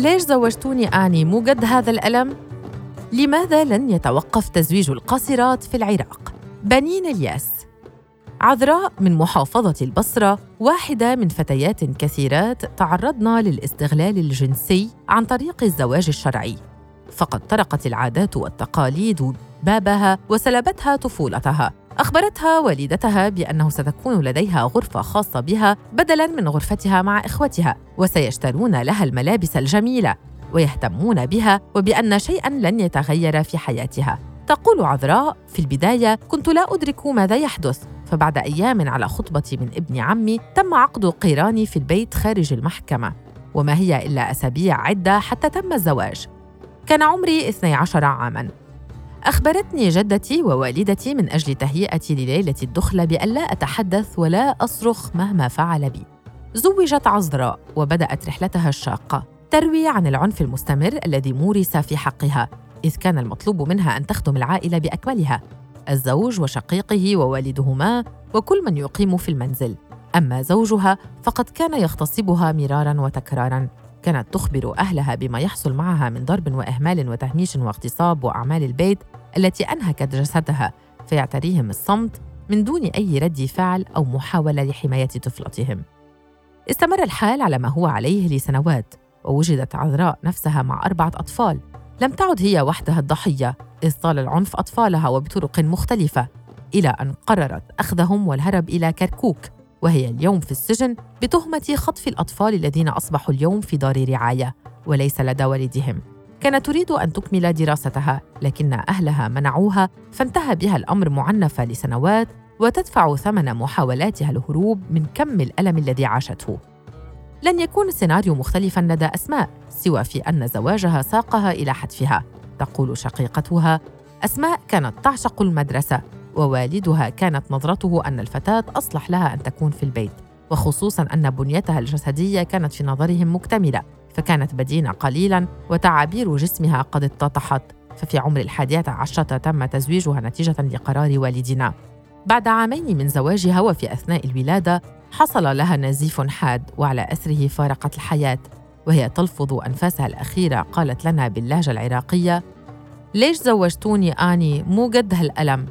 ليش زوجتوني آني مو قد هذا الألم؟ لماذا لن يتوقف تزويج القاصرات في العراق؟ بنين الياس. عذراء من محافظة البصرة واحدة من فتيات كثيرات تعرضن للاستغلال الجنسي عن طريق الزواج الشرعي، فقد طرقت العادات والتقاليد بابها وسلبتها طفولتها. أخبرتها والدتها بأنه ستكون لديها غرفة خاصة بها بدلاً من غرفتها مع إخوتها، وسيشترون لها الملابس الجميلة ويهتمون بها، وبأن شيئاً لن يتغير في حياتها. تقول عذراء: في البداية كنت لا أدرك ماذا يحدث، فبعد أيام على خطبة من ابن عمي تم عقد قيراني في البيت خارج المحكمة، وما هي إلا أسابيع عدة حتى تم الزواج. كان عمري 12 عاماً. أخبرتني جدتي ووالدتي من أجل تهيئتي لليلة الدخلة بأن لا أتحدث ولا أصرخ مهما فعل بي. زوجت عذراء وبدأت رحلتها الشاقة، تروي عن العنف المستمر الذي مورس في حقها، إذ كان المطلوب منها أن تخدم العائلة بأكملها، الزوج وشقيقه ووالدهما وكل من يقيم في المنزل. أما زوجها فقد كان يغتصبها مرارا وتكرارا، كانت تخبر أهلها بما يحصل معها من ضرب وإهمال وتهميش واغتصاب وأعمال البيت التي أنهكت جسدها، فيعتريهم الصمت من دون أي رد فعل أو محاولة لحماية طفلتهم. استمر الحال على ما هو عليه لسنوات، ووجدت عذراء نفسها مع 4 أطفال. لم تعد هي وحدها الضحية، إذ طال العنف أطفالها وبطرق مختلفة، إلى أن قررت أخذهم والهرب إلى كركوك، وهي اليوم في السجن بتهمة خطف الأطفال الذين أصبحوا اليوم في دار رعاية وليس لدى والدهم. كانت تريد أن تكمل دراستها، لكن أهلها منعوها، فانتهى بها الأمر معنفة لسنوات وتدفع ثمن محاولاتها الهروب من كم الألم الذي عاشته. لن يكون السيناريو مختلفاً لدى أسماء، سوى في أن زواجها ساقها إلى حتفها. تقول شقيقتها: أسماء كانت تعشق المدرسة، ووالدها كانت نظرته أن الفتاة أصلح لها أن تكون في البيت، وخصوصاً أن بنيتها الجسدية كانت في نظرهم مكتملة، فكانت بدينة قليلاً وتعابير جسمها قد اتضحت. ففي عمر 11 تم تزويجها نتيجة لقرار والدنا. بعد عامين من زواجها وفي أثناء الولادة حصل لها نزيف حاد، وعلى أثره فارقت الحياة. وهي تلفظ أنفاسها الأخيرة قالت لنا باللهجة العراقية: ليش زوجتوني آني مو قد هالألم؟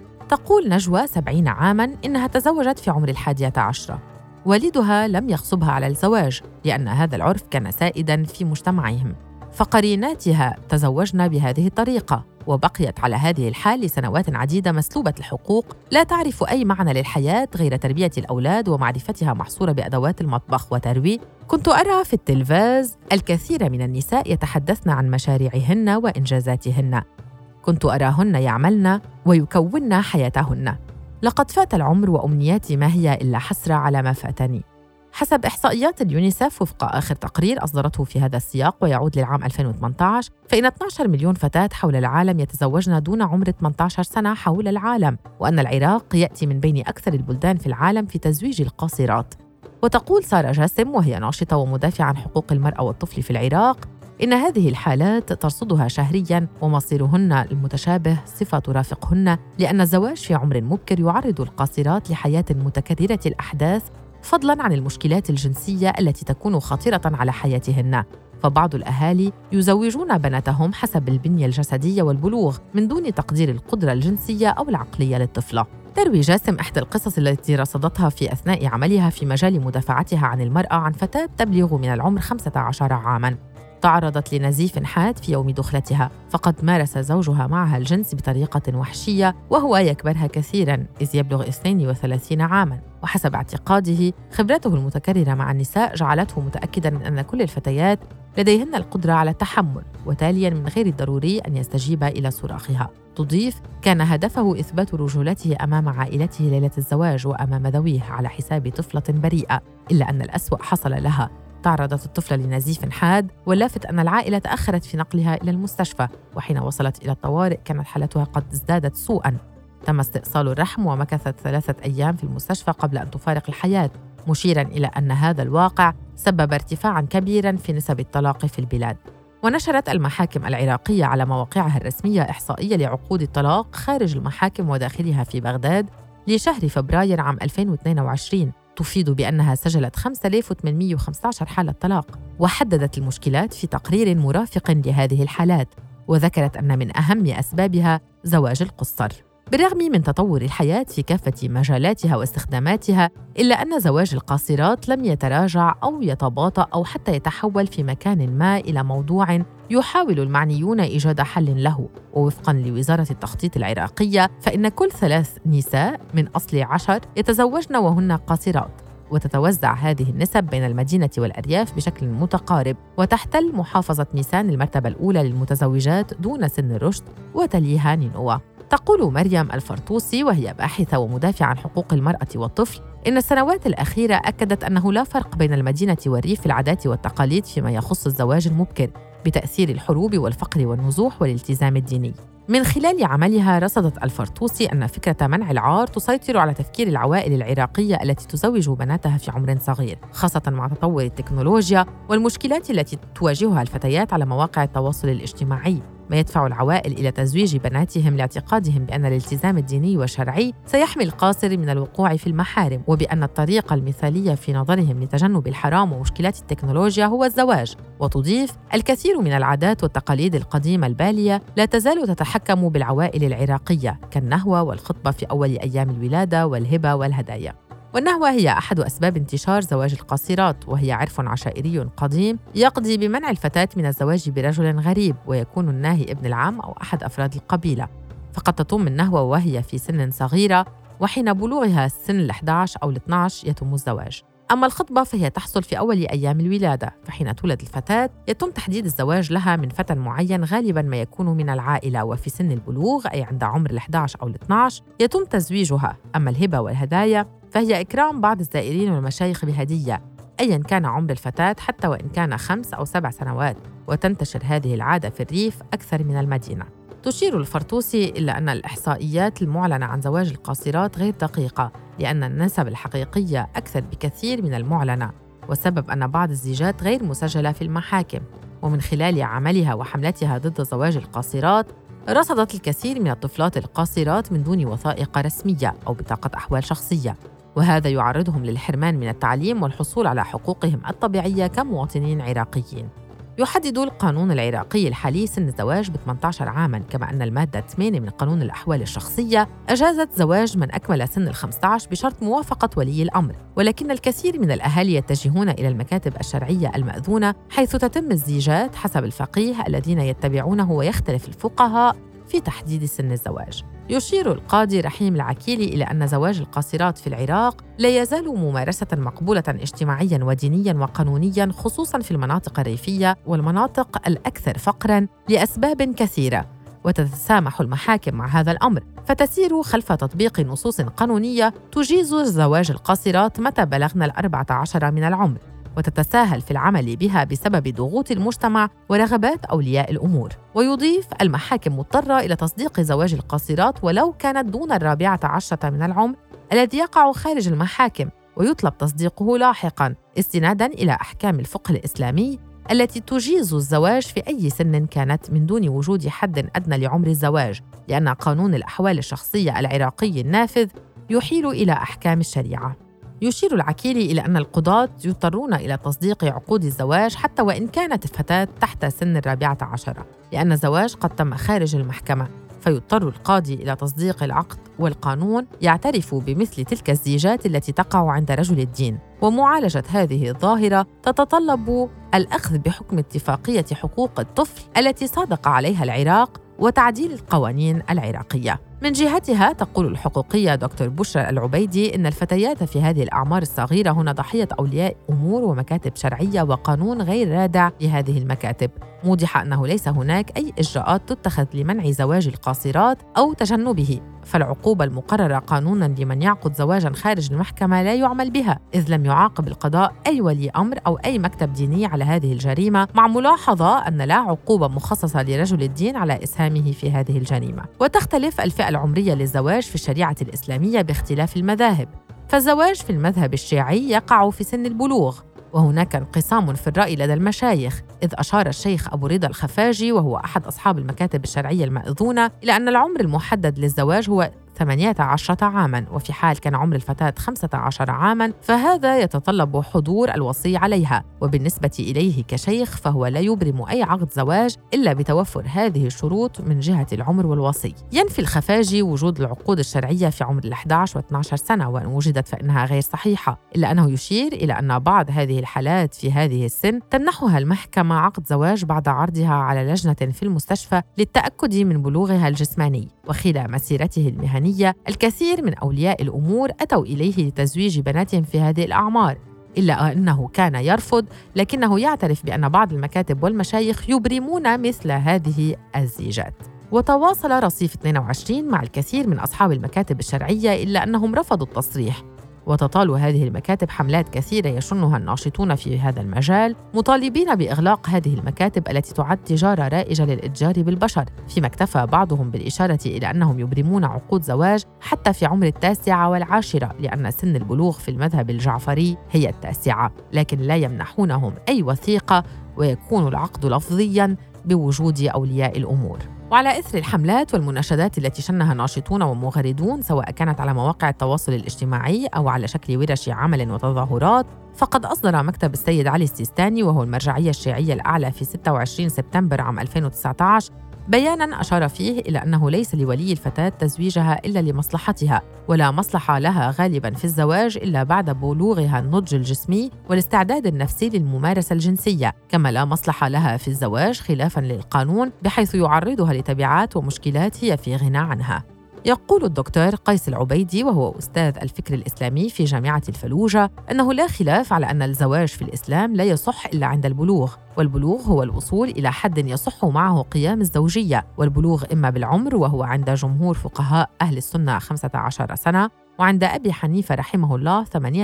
تقول نجوى 70 عاماً إنها تزوجت في عمر 11. والدها لم يغصبها على الزواج لأن هذا العرف كان سائداً في مجتمعهم، فقريناتها تزوجن بهذه الطريقة، وبقيت على هذه الحال لسنوات عديدة مسلوبة الحقوق، لا تعرف أي معنى للحياة غير تربية الأولاد ومعرفتها محصورة بأدوات المطبخ. وتروي: كنت أرى في التلفاز الكثير من النساء يتحدثن عن مشاريعهن وإنجازاتهن، كنت أراهن يعملن ويكونن حياتهن. لقد فات العمر وأمنياتي ما هي إلا حسرة على ما فاتني. حسب إحصائيات اليونيسف وفق آخر تقرير أصدرته في هذا السياق ويعود للعام 2018، فإن 12 مليون فتاة حول العالم يتزوجن دون عمر 18 سنة حول العالم، وأن العراق يأتي من بين أكثر البلدان في العالم في تزويج القاصرات. وتقول سارة جاسم، وهي ناشطة ومدافعة عن حقوق المرأة والطفل في العراق، إن هذه الحالات ترصدها شهرياً، ومصيرهن المتشابه صفة ترافقهن، لأن الزواج في عمر مبكر يعرض القاصرات لحياة متكررة الأحداث، فضلاً عن المشكلات الجنسية التي تكون خطيرة على حياتهن. فبعض الأهالي يزوجون بناتهم حسب البنية الجسدية والبلوغ من دون تقدير القدرة الجنسية أو العقلية للطفلة. تروي جاسم إحدى القصص التي رصدتها في أثناء عملها في مجال مدافعتها عن المرأة عن فتاة تبلغ من العمر 15 عاماً تعرضت لنزيف حاد في يوم دخلتها، فقد مارس زوجها معها الجنس بطريقة وحشية وهو يكبرها كثيراً، إذ يبلغ 32 عاماً. وحسب اعتقاده خبرته المتكررة مع النساء جعلته متأكداً من أن كل الفتيات لديهن القدرة على التحمل، وتالياً من غير الضروري أن يستجيب إلى صراخها. تضيف: كان هدفه إثبات رجولته أمام عائلته ليلة الزواج وأمام ذويه على حساب طفلة بريئة، إلا أن الأسوأ حصل لها. تعرضت الطفلة لنزيف حاد، واللافت أن العائلة تأخرت في نقلها إلى المستشفى، وحين وصلت إلى الطوارئ كانت حالتها قد ازدادت سوءاً. تم استئصال الرحم ومكثت 3 أيام في المستشفى قبل أن تفارق الحياة، مشيراً إلى أن هذا الواقع سبب ارتفاعاً كبيراً في نسب الطلاق في البلاد. ونشرت المحاكم العراقية على مواقعها الرسمية إحصائية لعقود الطلاق خارج المحاكم وداخلها في بغداد لشهر فبراير عام 2022، تفيد بأنها سجلت 5815 حالة طلاق، وحددت المشكلات في تقرير مرافق لهذه الحالات، وذكرت أن من أهم أسبابها زواج القُصّر. بالرغم من تطور الحياة في كافة مجالاتها واستخداماتها، إلا أن زواج القاصرات لم يتراجع أو يتباطأ أو حتى يتحول في مكان ما إلى موضوع يحاول المعنيون إيجاد حل له. ووفقاً لوزارة التخطيط العراقية، فإن كل 3 نساء من أصل 10 يتزوجن وهن قاصرات، وتتوزع هذه النسب بين المدينة والأرياف بشكل متقارب، وتحتل محافظة ميسان المرتبة الأولى للمتزوجات دون سن الرشد، وتليها نينوى. تقول مريم الفرطوسي وهي باحثة ومدافعة عن حقوق المرأة والطفل إن السنوات الأخيرة أكدت أنه لا فرق بين المدينة والريف في العادات والتقاليد فيما يخص الزواج المبكر، بتأثير الحروب والفقر والنزوح والالتزام الديني. من خلال عملها رصدت الفرطوسي أن فكرة منع العار تسيطر على تفكير العوائل العراقية التي تزوج بناتها في عمر صغير، خاصة مع تطور التكنولوجيا والمشكلات التي تواجهها الفتيات على مواقع التواصل الاجتماعي، ما يدفع العوائل إلى تزويج بناتهم لاعتقادهم بأن الالتزام الديني والشرعي سيحمي القاصر من الوقوع في المحارم، وبأن الطريقة المثالية في نظرهم لتجنب الحرام ومشكلات التكنولوجيا هو الزواج. وتضيف: الكثير من العادات والتقاليد القديمة البالية لا تزال تتحكم بالعوائل العراقية، كالنهوة والخطبة في أول أيام الولادة والهبة والهدايا. والنهوة هي أحد أسباب انتشار زواج القاصرات، وهي عرف عشائري قديم يقضي بمنع الفتاة من الزواج برجل غريب، ويكون الناهي ابن العم أو أحد أفراد القبيلة. فقد تتم النهوة وهي في سن صغيرة، وحين بلوغها سن 11 أو 12 يتم الزواج. أما الخطبة فهي تحصل في أول أيام الولادة، فحين تولد الفتاة يتم تحديد الزواج لها من فتى معين غالباً ما يكون من العائلة، وفي سن البلوغ أي عند عمر 11 أو 12 يتم تزويجها. أما الهبة والهدايا فهي إكرام بعض الزائرين والمشايخ بهدية أياً كان عمر الفتاة، حتى وإن كان 5 أو 7 سنوات، وتنتشر هذه العادة في الريف أكثر من المدينة. تشير الفرطوسي إلى أن الإحصائيات المعلنة عن زواج القاصرات غير دقيقة، لأن النسب الحقيقية أكثر بكثير من المعلنة، والسبب أن بعض الزيجات غير مسجلة في المحاكم. ومن خلال عملها وحملتها ضد زواج القاصرات، رصدت الكثير من الطفلات القاصرات من دون وثائق رسمية أو بطاقة أحوال شخصية، وهذا يعرضهم للحرمان من التعليم والحصول على حقوقهم الطبيعية كمواطنين عراقيين. يحدد القانون العراقي الحالي سن الزواج ب 18 عاماً، كما أن المادة 8 من قانون الأحوال الشخصية أجازت زواج من أكمل سن 15 بشرط موافقة ولي الأمر. ولكن الكثير من الأهالي يتجهون إلى المكاتب الشرعية المأذونة، حيث تتم الزيجات حسب الفقيه الذين يتبعونه، ويختلف الفقهاء في تحديد سن الزواج. يشير القاضي رحيم العكيلي إلى أن زواج القاصرات في العراق لا يزال ممارسة مقبولة اجتماعياً ودينياً وقانونياً، خصوصاً في المناطق الريفية والمناطق الأكثر فقراً لأسباب كثيرة، وتتسامح المحاكم مع هذا الأمر، فتسير خلف تطبيق نصوص قانونية تجيز زواج القاصرات متى بلغن 14 من العمر، وتتساهل في العمل بها بسبب ضغوط المجتمع ورغبات أولياء الأمور. ويضيف: المحاكم مضطرة إلى تصديق زواج القاصرات ولو كانت دون 14 من العمر، الذي يقع خارج المحاكم، ويطلب تصديقه لاحقاً استناداً إلى أحكام الفقه الإسلامي التي تجيز الزواج في أي سن كانت من دون وجود حد أدنى لعمر الزواج، لأن قانون الأحوال الشخصية العراقي النافذ يحيل إلى أحكام الشريعة. يشير العكيلي إلى أن القضاة يضطرون إلى تصديق عقود الزواج حتى وإن كانت الفتاة تحت سن 14، لأن الزواج قد تم خارج المحكمة، فيضطر القاضي إلى تصديق العقد، والقانون يعترف بمثل تلك الزيجات التي تقع عند رجل الدين. ومعالجة هذه الظاهرة تتطلب الأخذ بحكم اتفاقية حقوق الطفل التي صادق عليها العراق وتعديل القوانين العراقية. من جهتها تقول الحقوقية دكتور بشرى العبيدي إن الفتيات في هذه الأعمار الصغيرة هن ضحية أولياء أمور ومكاتب شرعية وقانون غير رادع لهذه المكاتب، موضحة أنه ليس هناك أي إجراءات تتخذ لمنع زواج القاصرات أو تجنبه، فالعقوبة المقررة قانوناً لمن يعقد زواجاً خارج المحكمة لا يعمل بها، إذ لم يعاقب القضاء أي ولي أمر أو أي مكتب ديني على هذه الجريمة، مع ملاحظة أن لا عقوبة مخصصة لرجل الدين على إسهامه في هذه الجريمة. وتختلف الفئة العمرية للزواج في الشريعة الإسلامية باختلاف المذاهب، فالزواج في المذهب الشيعي يقع في سن البلوغ، وهناك انقسام في الرأي لدى المشايخ، إذ أشار الشيخ أبو رضا الخفاجي وهو أحد أصحاب المكاتب الشرعية المأذونة إلى أن العمر المحدد للزواج هو 18 عاماً، وفي حال كان عمر الفتاة 15 عاماً فهذا يتطلب حضور الوصي عليها، وبالنسبة إليه كشيخ فهو لا يبرم أي عقد زواج إلا بتوفر هذه الشروط من جهة العمر والوصي. ينفي الخفاجي وجود العقود الشرعية في عمر 11 و12 سنة، وإن وجدت فإنها غير صحيحة، إلا أنه يشير إلى أن بعض هذه الحالات في هذه السن تمنحها المحكمة عقد زواج بعد عرضها على لجنة في المستشفى للتأكد من بلوغها الجسماني. وخلال مسيرته المهنية الكثير من أولياء الأمور أتوا إليه لتزويج بناتهم في هذه الأعمار، إلا أنه كان يرفض، لكنه يعترف بأن بعض المكاتب والمشايخ يبرمون مثل هذه الزيجات. وتواصل رصيف 22 مع الكثير من أصحاب المكاتب الشرعية إلا أنهم رفضوا التصريح، وتطال هذه المكاتب حملات كثيرة يشنها الناشطون في هذا المجال مطالبين بإغلاق هذه المكاتب التي تعد تجارة رائجة للإتجار بالبشر، فيما اكتفى بعضهم بالإشارة إلى أنهم يبرمون عقود زواج حتى في عمر 9 و10، لأن سن البلوغ في المذهب الجعفري هي 9، لكن لا يمنحونهم أي وثيقة ويكون العقد لفظياً بوجود أولياء الأمور. وعلى إثر الحملات والمناشدات التي شنها ناشطون ومغردون سواء كانت على مواقع التواصل الاجتماعي أو على شكل ورش عمل وتظاهرات، فقد أصدر مكتب السيد علي السيستاني وهو المرجعية الشيعية الأعلى في 26 سبتمبر عام 2019 بياناً أشار فيه إلى أنه ليس لولي الفتاة تزويجها إلا لمصلحتها، ولا مصلحة لها غالباً في الزواج إلا بعد بلوغها النضج الجسمي والاستعداد النفسي للممارسة الجنسية، كما لا مصلحة لها في الزواج خلافاً للقانون بحيث يعرضها لتبعات ومشكلات هي في غنى عنها. يقول الدكتور قيس العبيدي وهو أستاذ الفكر الإسلامي في جامعة الفلوجة أنه لا خلاف على أن الزواج في الإسلام لا يصح إلا عند البلوغ، والبلوغ هو الوصول إلى حد يصح معه قيام الزوجية، والبلوغ إما بالعمر وهو عند جمهور فقهاء أهل السنة 15 سنة، وعند أبي حنيفة رحمه الله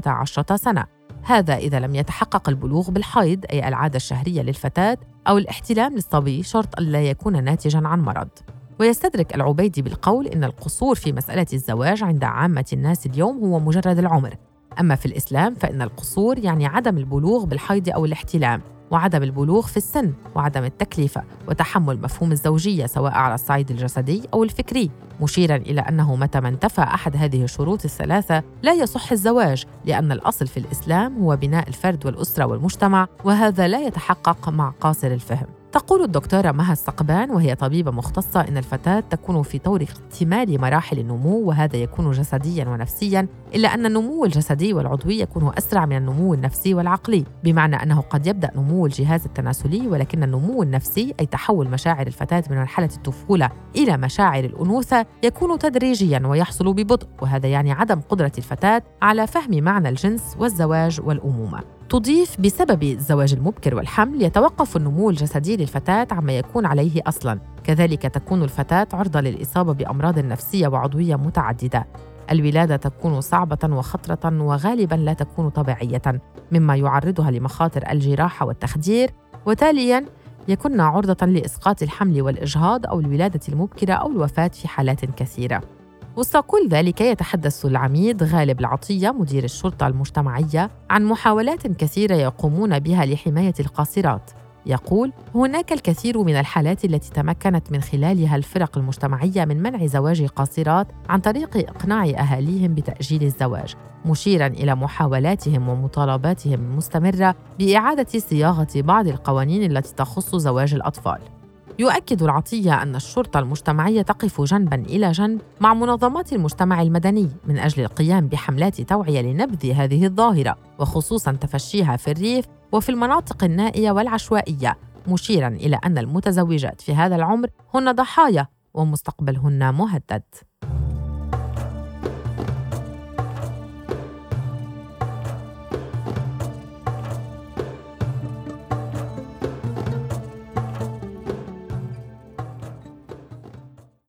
18 سنة، هذا إذا لم يتحقق البلوغ بالحيض أي العادة الشهرية للفتاة أو الاحتلام للصبي، شرط ألا يكون ناتجاً عن مرض. ويستدرك العبيدي بالقول إن القصور في مسألة الزواج عند عامة الناس اليوم هو مجرد العمر، أما في الإسلام فإن القصور يعني عدم البلوغ بالحيض أو الاحتلام، وعدم البلوغ في السن، وعدم التكلفة، وتحمل مفهوم الزوجية سواء على الصعيد الجسدي أو الفكري، مشيراً إلى أنه متى ما انتفى أحد هذه الشروط الثلاثة لا يصح الزواج، لأن الأصل في الإسلام هو بناء الفرد والأسرة والمجتمع، وهذا لا يتحقق مع قاصر الفهم. تقول الدكتورة مها السقبان وهي طبيبة مختصة إن الفتاة تكون في طور اكتمال مراحل النمو، وهذا يكون جسدياً ونفسياً، إلا أن النمو الجسدي والعضوي يكون أسرع من النمو النفسي والعقلي، بمعنى أنه قد يبدأ نمو الجهاز التناسلي، ولكن النمو النفسي أي تحول مشاعر الفتاة من مرحلة الطفولة إلى مشاعر الأنوثة يكون تدريجياً ويحصل ببطء، وهذا يعني عدم قدرة الفتاة على فهم معنى الجنس والزواج والأمومة. تضيف بسبب الزواج المبكر والحمل يتوقف النمو الجسدي للفتاة عما يكون عليه أصلاً، كذلك تكون الفتاة عرضة للإصابة بأمراض نفسية وعضوية متعددة. الولادة تكون صعبة وخطرة وغالباً لا تكون طبيعية، مما يعرضها لمخاطر الجراحة والتخدير، وتالياً يكون عرضة لإسقاط الحمل والإجهاض أو الولادة المبكرة أو الوفاة في حالات كثيرة. وسط كل ذلك يتحدث العميد غالب العطية مدير الشرطة المجتمعية عن محاولات كثيرة يقومون بها لحماية القاصرات. يقول: هناك الكثير من الحالات التي تمكنت من خلالها الفرق المجتمعية من منع زواج قاصرات عن طريق إقناع أهاليهم بتأجيل الزواج، مشيراً إلى محاولاتهم ومطالباتهم المستمرة بإعادة صياغة بعض القوانين التي تخص زواج الأطفال. يؤكد العطية أن الشرطة المجتمعية تقف جنباً إلى جنب مع منظمات المجتمع المدني من أجل القيام بحملات توعية لنبذ هذه الظاهرة، وخصوصاً تفشيها في الريف وفي المناطق النائية والعشوائية، مشيراً إلى أن المتزوجات في هذا العمر هن ضحايا ومستقبلهن مهدد.